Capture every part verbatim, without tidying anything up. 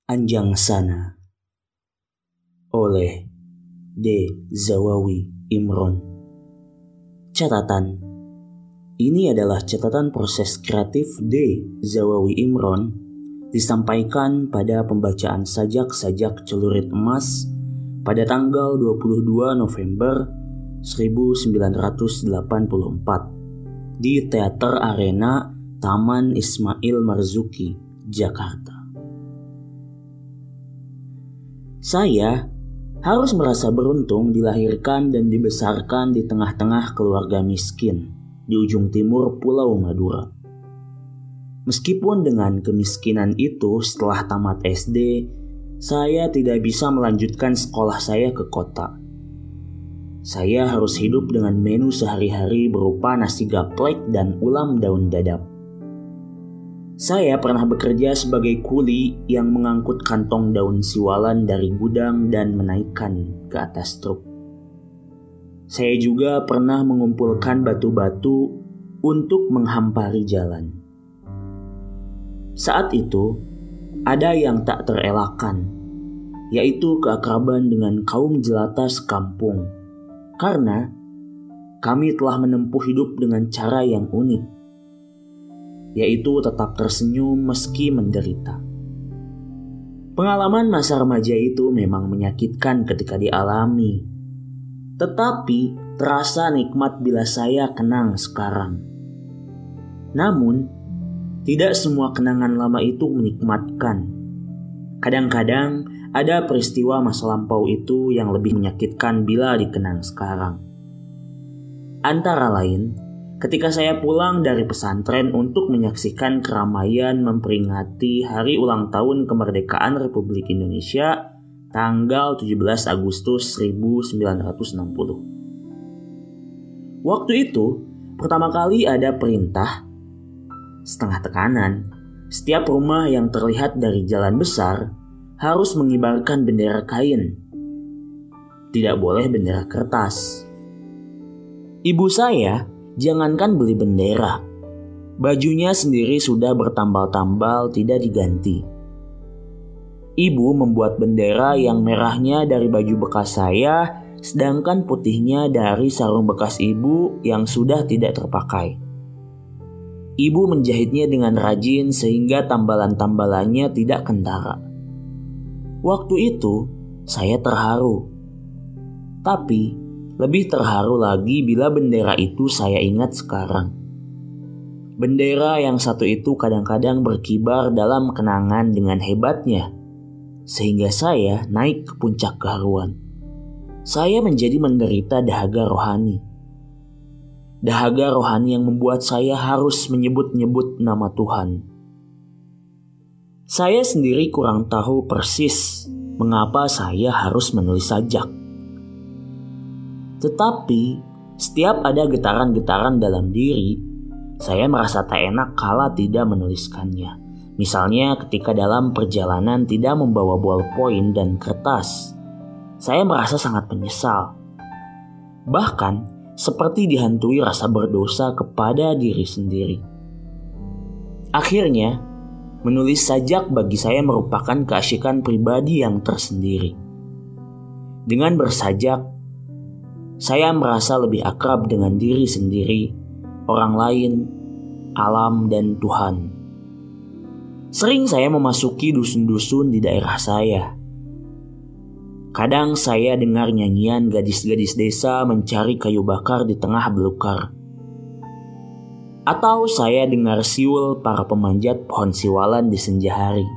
Anjang Sana oleh D. Zawawi Imron. Catatan: ini adalah catatan proses kreatif D. Zawawi Imron, disampaikan pada pembacaan sajak-sajak celurit emas pada tanggal dua puluh dua November seribu sembilan ratus delapan puluh empat di Teater Arena Taman Ismail Marzuki, Jakarta. Saya harus merasa beruntung dilahirkan dan dibesarkan di tengah-tengah keluarga miskin di ujung timur Pulau Madura. Meskipun dengan kemiskinan itu, setelah tamat S D, saya tidak bisa melanjutkan sekolah saya ke kota. Saya harus hidup dengan menu sehari-hari berupa nasi gaplek dan ulam daun dadap. Saya pernah bekerja sebagai kuli yang mengangkut kantong daun siwalan dari gudang dan menaikkan ke atas truk. Saya juga pernah mengumpulkan batu-batu untuk menghampari jalan. Saat itu, ada yang tak terelakkan, yaitu keakraban dengan kaum jelata sekampung, karena kami telah menempuh hidup dengan cara yang unik, yaitu tetap tersenyum meski menderita. Pengalaman masa remaja itu memang menyakitkan ketika dialami, tetapi terasa nikmat bila saya kenang sekarang. Namun, tidak semua kenangan lama itu menikmatkan. Kadang-kadang ada peristiwa masa lampau itu yang lebih menyakitkan bila dikenang sekarang. Antara lain, ketika saya pulang dari pesantren untuk menyaksikan keramaian memperingati hari ulang tahun kemerdekaan Republik Indonesia tanggal tujuh belas Agustus seribu sembilan ratus enam puluh. Waktu itu, pertama kali ada perintah setengah tekanan. Setiap rumah yang terlihat dari jalan besar harus mengibarkan bendera kain. Tidak boleh bendera kertas. Ibu saya jangankan beli bendera, bajunya sendiri sudah bertambal-tambal tidak diganti. Ibu membuat bendera yang merahnya dari baju bekas saya, sedangkan putihnya dari sarung bekas ibu yang sudah tidak terpakai. Ibu menjahitnya dengan rajin sehingga tambalan-tambalannya tidak kentara. Waktu itu saya terharu, tapi lebih terharu lagi bila bendera itu saya ingat sekarang. Bendera yang satu itu kadang-kadang berkibar dalam kenangan dengan hebatnya, sehingga saya naik ke puncak keharuan. Saya menjadi menderita dahaga rohani. Dahaga rohani yang membuat saya harus menyebut-nyebut nama Tuhan. Saya sendiri kurang tahu persis mengapa saya harus menulis sajak. Tetapi setiap ada getaran-getaran dalam diri, saya merasa tak enak kala tidak menuliskannya. Misalnya ketika dalam perjalanan tidak membawa ballpoint dan kertas, saya merasa sangat menyesal. Bahkan seperti dihantui rasa berdosa kepada diri sendiri. Akhirnya, menulis sajak bagi saya merupakan keasyikan pribadi yang tersendiri. Dengan bersajak, saya merasa lebih akrab dengan diri sendiri, orang lain, alam, dan Tuhan. Sering saya memasuki dusun-dusun di daerah saya. Kadang saya dengar nyanyian gadis-gadis desa mencari kayu bakar di tengah belukar. Atau saya dengar siul para pemanjat pohon siwalan di senja hari.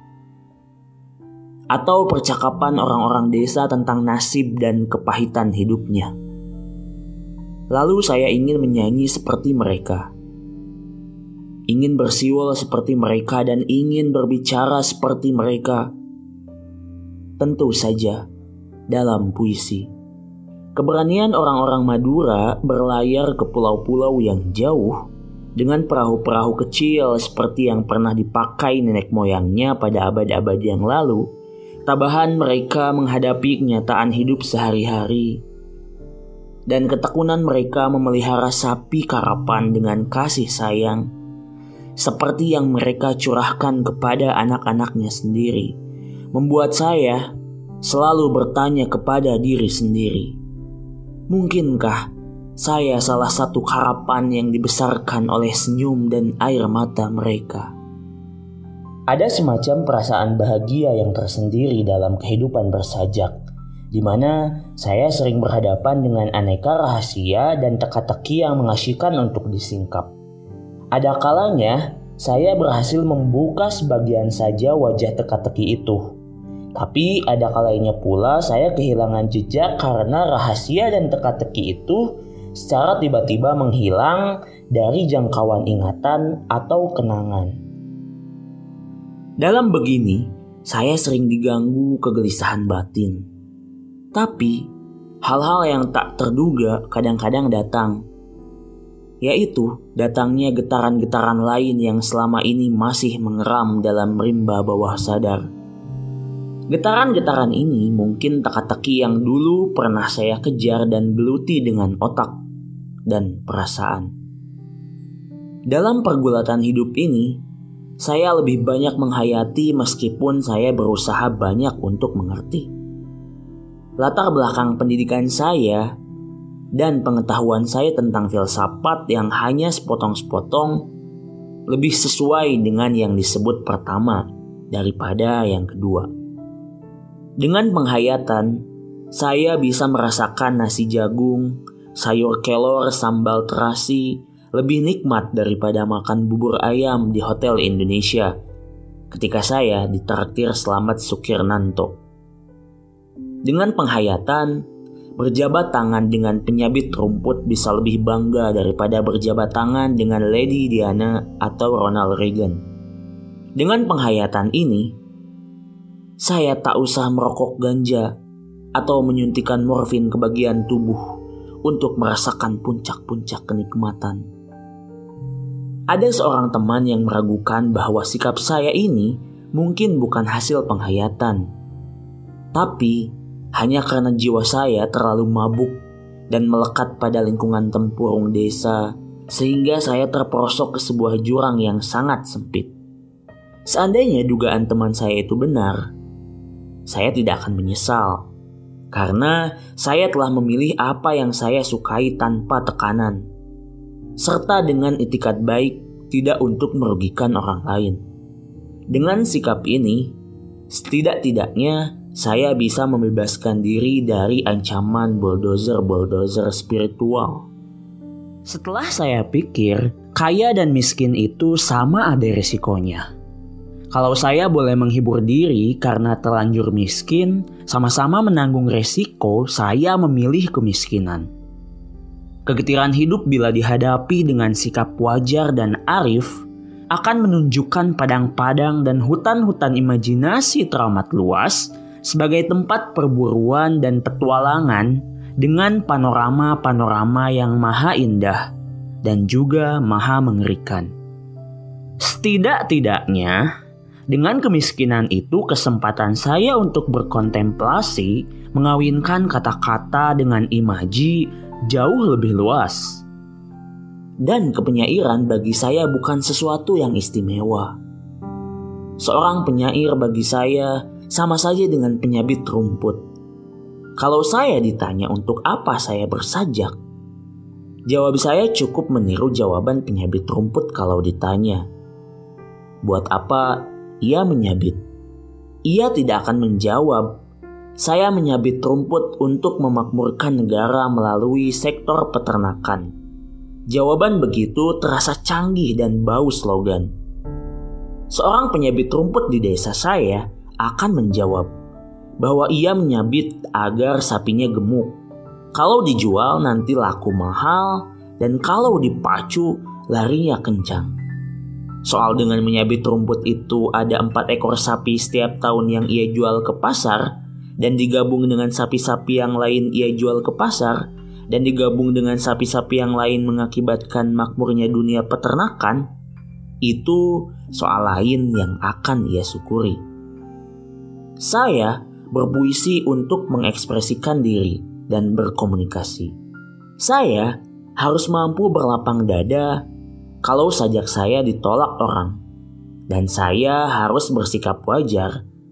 Atau percakapan orang-orang desa tentang nasib dan kepahitan hidupnya. Lalu saya ingin menyanyi seperti mereka. Ingin bersiul seperti mereka dan ingin berbicara seperti mereka. Tentu saja dalam puisi. Keberanian orang-orang Madura berlayar ke pulau-pulau yang jauh dengan perahu-perahu kecil seperti yang pernah dipakai nenek moyangnya pada abad-abad yang lalu. Tabahan mereka menghadapi kenyataan hidup sehari-hari. Dan ketekunan mereka memelihara sapi karapan dengan kasih sayang, seperti yang mereka curahkan kepada anak-anaknya sendiri, membuat saya selalu bertanya kepada diri sendiri, mungkinkah saya salah satu harapan yang dibesarkan oleh senyum dan air mata mereka? Ada semacam perasaan bahagia yang tersendiri dalam kehidupan bersajak, di mana saya sering berhadapan dengan aneka rahasia dan teka-teki yang mengasyikkan untuk disingkap. Ada kalanya saya berhasil membuka sebagian saja wajah teka-teki itu. Tapi ada kalanya pula saya kehilangan jejak karena rahasia dan teka-teki itu secara tiba-tiba menghilang dari jangkauan ingatan atau kenangan. Dalam begini, saya sering diganggu kegelisahan batin. Tapi, hal-hal yang tak terduga kadang-kadang datang. Yaitu datangnya getaran-getaran lain yang selama ini masih mengeram dalam rimba bawah sadar. Getaran-getaran ini mungkin teka-teki yang dulu pernah saya kejar dan geluti dengan otak dan perasaan. Dalam pergulatan hidup ini, saya lebih banyak menghayati meskipun saya berusaha banyak untuk mengerti. Latar belakang pendidikan saya dan pengetahuan saya tentang filsafat yang hanya sepotong-sepotong lebih sesuai dengan yang disebut pertama daripada yang kedua. Dengan penghayatan, saya bisa merasakan nasi jagung, sayur kelor, sambal terasi lebih nikmat daripada makan bubur ayam di hotel Indonesia ketika saya ditraktir Slamet Sukirnanto. Dengan penghayatan, berjabat tangan dengan penyabit rumput bisa lebih bangga daripada berjabat tangan dengan Lady Diana atau Ronald Reagan. Dengan penghayatan ini, saya tak usah merokok ganja atau menyuntikkan morfin ke bagian tubuh untuk merasakan puncak-puncak kenikmatan. Ada seorang teman yang meragukan bahwa sikap saya ini mungkin bukan hasil penghayatan, tapi hanya karena jiwa saya terlalu mabuk dan melekat pada lingkungan tempurung desa sehingga saya terperosok ke sebuah jurang yang sangat sempit. Seandainya dugaan teman saya itu benar, saya tidak akan menyesal karena saya telah memilih apa yang saya sukai tanpa tekanan, serta dengan itikat baik tidak untuk merugikan orang lain. Dengan sikap ini, setidak-tidaknya saya bisa membebaskan diri dari ancaman bulldozer-bulldozer spiritual. Setelah saya pikir, kaya dan miskin itu sama ada risikonya. Kalau saya boleh menghibur diri karena terlanjur miskin, sama-sama menanggung resiko saya memilih kemiskinan. Kegetiran hidup bila dihadapi dengan sikap wajar dan arif akan menunjukkan padang-padang dan hutan-hutan imajinasi teramat luas sebagai tempat perburuan dan petualangan dengan panorama-panorama yang maha indah dan juga maha mengerikan. Setidak-tidaknya, dengan kemiskinan itu kesempatan saya untuk berkontemplasi mengawinkan kata-kata dengan imaji jauh lebih luas. Dan kepenyairan bagi saya bukan sesuatu yang istimewa. Seorang penyair bagi saya sama saja dengan penyabit rumput. Kalau saya ditanya untuk apa saya bersajak, jawab saya cukup meniru jawaban penyabit rumput kalau ditanya, buat apa ia menyabit? Ia tidak akan menjawab, saya menyabit rumput untuk memakmurkan negara melalui sektor peternakan. Jawaban begitu terasa canggih dan bau slogan. Seorang penyabit rumput di desa saya akan menjawab bahwa ia menyabit agar sapinya gemuk. Kalau dijual nanti laku mahal dan kalau dipacu larinya kencang. Soal dengan menyabit rumput itu ada empat ekor sapi setiap tahun yang ia jual ke pasar dan digabung dengan sapi-sapi yang lain ia jual ke pasar dan digabung dengan sapi-sapi yang lain mengakibatkan makmurnya dunia peternakan, itu soal lain yang akan ia syukuri. Saya berpuisi untuk mengekspresikan diri dan berkomunikasi. Saya harus mampu berlapang dada kalau sajak saya ditolak orang, dan saya harus bersikap wajar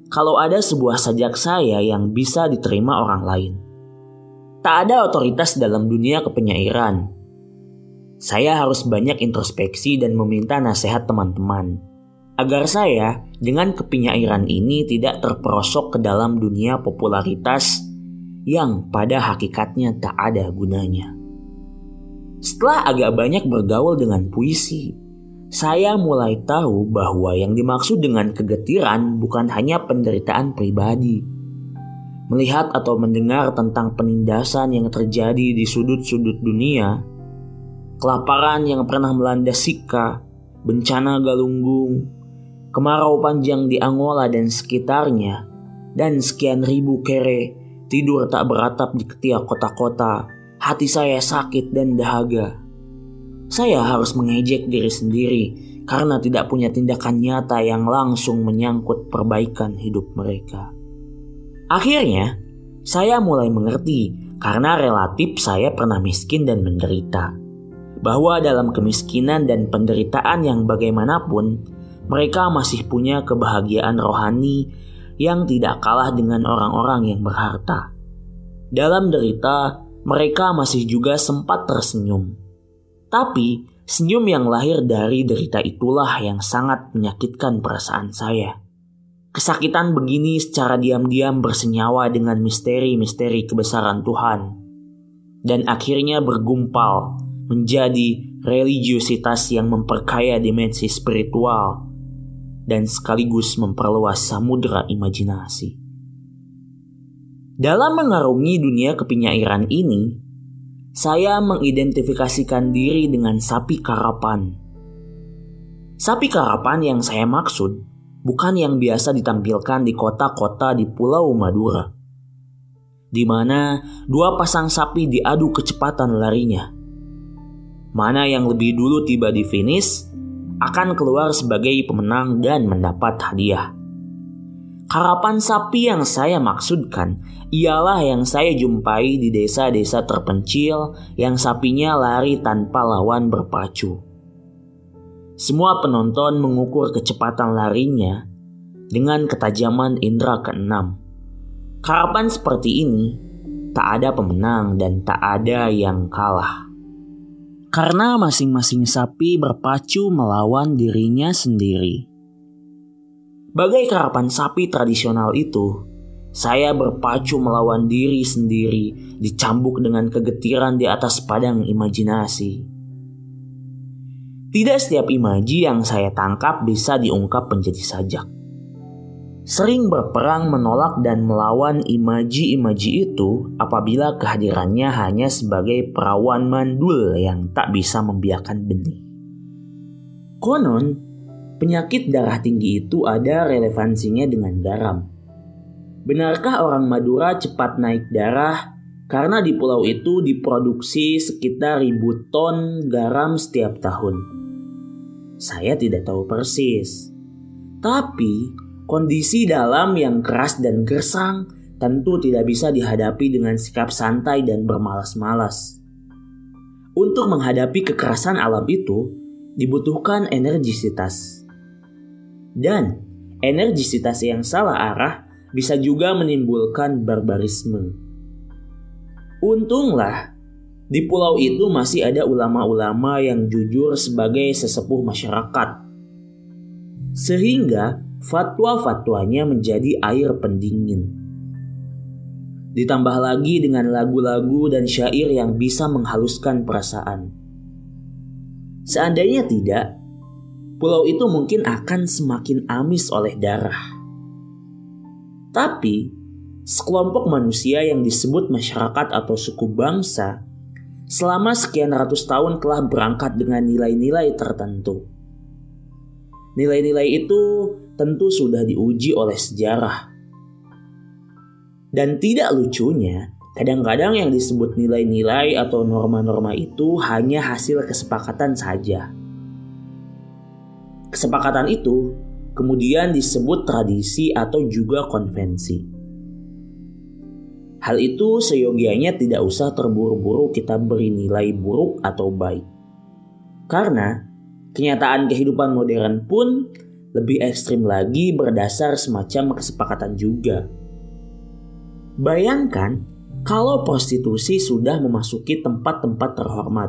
kalau ada sebuah sajak saya yang bisa diterima orang lain. Tak ada otoritas dalam dunia kepenyairan. Saya harus banyak introspeksi dan meminta nasihat teman-teman, agar saya dengan kepenyairan ini tidak terperosok ke dalam dunia popularitas yang pada hakikatnya tak ada gunanya. Setelah agak banyak bergaul dengan puisi, saya mulai tahu bahwa yang dimaksud dengan kegetiran bukan hanya penderitaan pribadi. Melihat atau mendengar tentang penindasan yang terjadi di sudut-sudut dunia, kelaparan yang pernah melanda Sika, bencana Galunggung, kemarau panjang di Angola dan sekitarnya, dan sekian ribu kere tidur tak beratap di ketiak kota-kota, hati saya sakit dan dahaga. Saya harus mengejek diri sendiri karena tidak punya tindakan nyata yang langsung menyangkut perbaikan hidup mereka. Akhirnya, saya mulai mengerti karena relatif saya pernah miskin dan menderita, bahwa dalam kemiskinan dan penderitaan yang bagaimanapun, mereka masih punya kebahagiaan rohani yang tidak kalah dengan orang-orang yang berharta. Dalam derita, mereka masih juga sempat tersenyum. Tapi, senyum yang lahir dari derita itulah yang sangat menyakitkan perasaan saya. Kesakitan begini secara diam-diam bersenyawa dengan misteri-misteri kebesaran Tuhan, dan akhirnya bergumpal menjadi religiositas yang memperkaya dimensi spiritual dan sekaligus memperluas samudera imajinasi. Dalam mengarungi dunia kepenyairan ini, saya mengidentifikasikan diri dengan sapi karapan. Sapi karapan yang saya maksud bukan yang biasa ditampilkan di kota-kota di Pulau Madura, di mana dua pasang sapi diadu kecepatan larinya. Mana yang lebih dulu tiba di finish akan keluar sebagai pemenang dan mendapat hadiah. Karapan sapi yang saya maksudkan ialah yang saya jumpai di desa-desa terpencil yang sapinya lari tanpa lawan berpacu. Semua penonton mengukur kecepatan larinya dengan ketajaman indera keenam. Karapan seperti ini tak ada pemenang dan tak ada yang kalah. Karena masing-masing sapi berpacu melawan dirinya sendiri. Bagai karapan sapi tradisional itu, saya berpacu melawan diri sendiri, dicambuk dengan kegetiran di atas padang imajinasi. Tidak setiap imaji yang saya tangkap bisa diungkap menjadi sajak. Sering berperang menolak dan melawan imaji-imaji itu apabila kehadirannya hanya sebagai perawan mandul yang tak bisa membiarkan benih. Konon, penyakit darah tinggi itu ada relevansinya dengan garam. Benarkah orang Madura cepat naik darah karena di pulau itu diproduksi sekitar ribu ton garam setiap tahun? Saya tidak tahu persis. Tapi kondisi dalam yang keras dan gersang tentu tidak bisa dihadapi dengan sikap santai dan bermalas-malas. Untuk menghadapi kekerasan alam itu dibutuhkan energisitas. Dan energisitas yang salah arah bisa juga menimbulkan barbarisme. Untunglah di pulau itu masih ada ulama-ulama yang jujur sebagai sesepuh masyarakat, sehingga fatwa-fatwanya menjadi air pendingin. Ditambah lagi dengan lagu-lagu dan syair yang bisa menghaluskan perasaan. Seandainya tidak, pulau itu mungkin akan semakin amis oleh darah. Tapi, sekelompok manusia yang disebut masyarakat atau suku bangsa selama sekian ratus tahun telah berangkat dengan nilai-nilai tertentu. Nilai-nilai itu tentu sudah diuji oleh sejarah. Dan tidak lucunya, kadang-kadang yang disebut nilai-nilai atau norma-norma itu hanya hasil kesepakatan saja. Kesepakatan itu kemudian disebut tradisi atau juga konvensi. Hal itu seyogianya tidak usah terburu-buru kita beri nilai buruk atau baik. Karena kenyataan kehidupan modern pun lebih ekstrim lagi berdasar semacam kesepakatan juga. Bayangkan kalau prostitusi sudah memasuki tempat-tempat terhormat.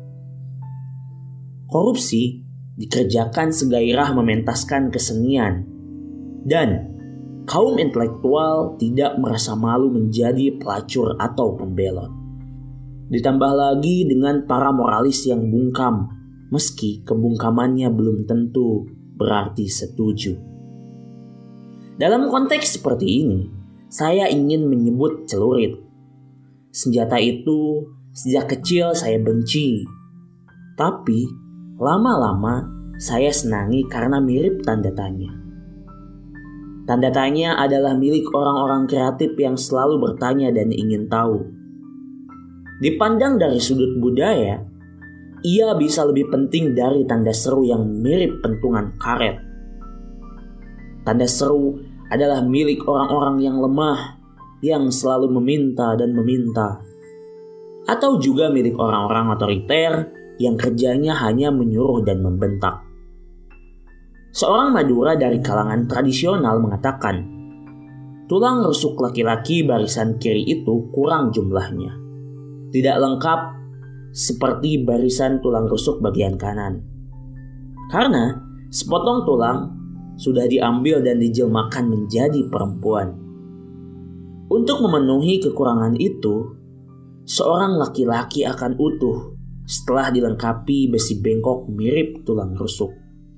Korupsi dikerjakan segairah mementaskan kesenian, dan kaum intelektual tidak merasa malu menjadi pelacur atau pembelot. Ditambah lagi dengan para moralis yang bungkam, meski kebungkamannya belum tentu berarti setuju. Dalam konteks seperti ini, saya ingin menyebut celurit. Senjata itu sejak kecil saya benci, tapi lama-lama saya senangi karena mirip tanda tanya. Tanda tanya adalah milik orang-orang kreatif yang selalu bertanya dan ingin tahu. Dipandang dari sudut budaya, ia bisa lebih penting dari tanda seru yang mirip pentungan karet. Tanda seru adalah milik orang-orang yang lemah, yang selalu meminta dan meminta. Atau juga milik orang-orang otoriter yang kerjanya hanya menyuruh dan membentak. Seorang Madura dari kalangan tradisional mengatakan, tulang rusuk laki-laki barisan kiri itu kurang jumlahnya. Tidak lengkap seperti barisan tulang rusuk bagian kanan. Karena sepotong tulang sudah diambil dan dijelmakan menjadi perempuan. Untuk memenuhi kekurangan itu, seorang laki-laki akan utuh setelah dilengkapi besi bengkok mirip tulang rusuk.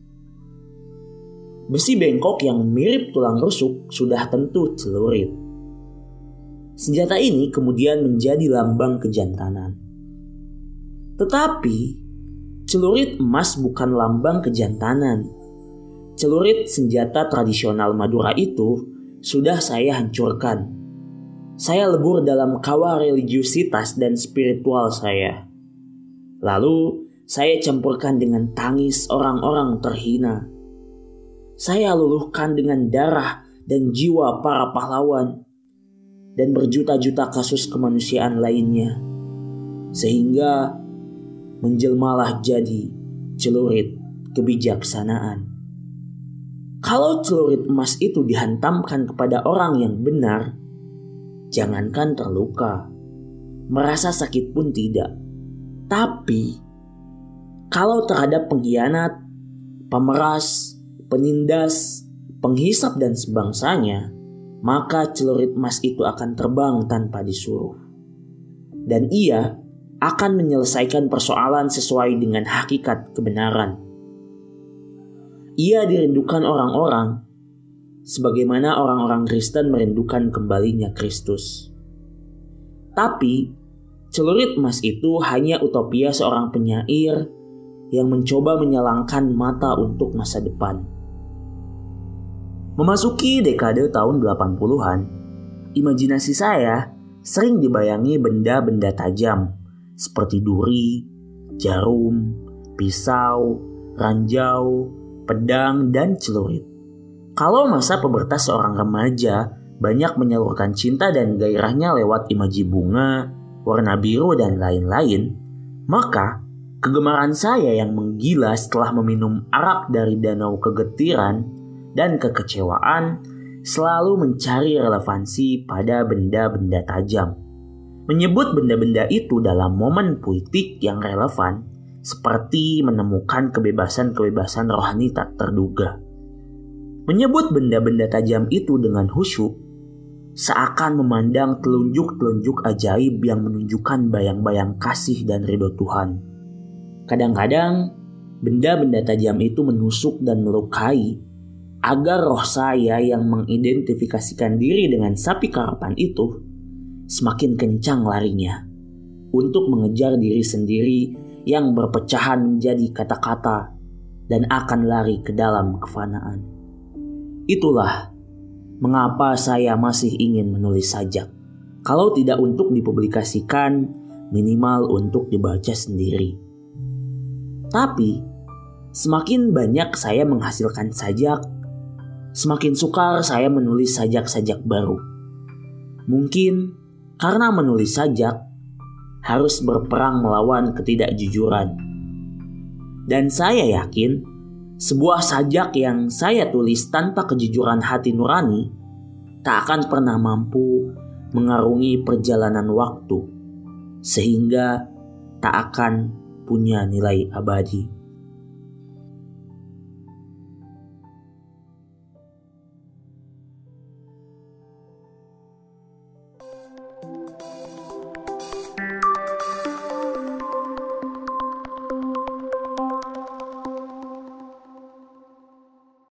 Besi bengkok yang mirip tulang rusuk sudah tentu celurit. Senjata ini kemudian menjadi lambang kejantanan. Tetapi, celurit emas bukan lambang kejantanan. Celurit senjata tradisional Madura itu sudah saya hancurkan. Saya lebur dalam kawah religiusitas dan spiritual saya. Lalu, saya campurkan dengan tangis orang-orang terhina. Saya luluhkan dengan darah dan jiwa para pahlawan dan berjuta-juta kasus kemanusiaan lainnya. Sehingga menjelmalah jadi celurit kebijaksanaan. Kalau celurit emas itu dihantamkan kepada orang yang benar, jangankan terluka, merasa sakit pun tidak. Tapi, kalau terhadap pengkhianat, pemeras, penindas, penghisap dan sebangsanya, maka celurit emas itu akan terbang tanpa disuruh. Dan ia akan menyelesaikan persoalan sesuai dengan hakikat kebenaran. Ia dirindukan orang-orang sebagaimana orang-orang Kristen merindukan kembalinya Kristus. Tapi, celurit emas itu hanya utopia seorang penyair yang mencoba menyalangkan mata untuk masa depan. Memasuki dekade tahun delapan puluhan, imajinasi saya sering dibayangi benda-benda tajam seperti duri, jarum, pisau, ranjau, pedang, dan celurit. Kalau masa pubertas seorang remaja banyak menyalurkan cinta dan gairahnya lewat imaji bunga, warna biru, dan lain-lain, maka kegemaran saya yang menggila setelah meminum arak dari danau kegetiran dan kekecewaan selalu mencari relevansi pada benda-benda tajam. Menyebut benda-benda itu dalam momen puitik yang relevan seperti menemukan kebebasan-kebebasan rohani tak terduga. Menyebut benda-benda tajam itu dengan khusyuk seakan memandang telunjuk-telunjuk ajaib yang menunjukkan bayang-bayang kasih dan ridho Tuhan. Kadang-kadang benda-benda tajam itu menusuk dan melukai agar roh saya yang mengidentifikasikan diri dengan sapi karapan itu semakin kencang larinya untuk mengejar diri sendiri yang berpecahan menjadi kata-kata dan akan lari ke dalam kefanaan. Itulah mengapa saya masih ingin menulis sajak. Kalau tidak untuk dipublikasikan, minimal untuk dibaca sendiri. Tapi, semakin banyak saya menghasilkan sajak, semakin sukar saya menulis sajak-sajak baru. Mungkin karena menulis sajak harus berperang melawan ketidakjujuran. Dan saya yakin Sebuah sajak yang saya tulis tanpa kejujuran hati nurani tak akan pernah mampu mengarungi perjalanan waktu, sehingga tak akan punya nilai abadi.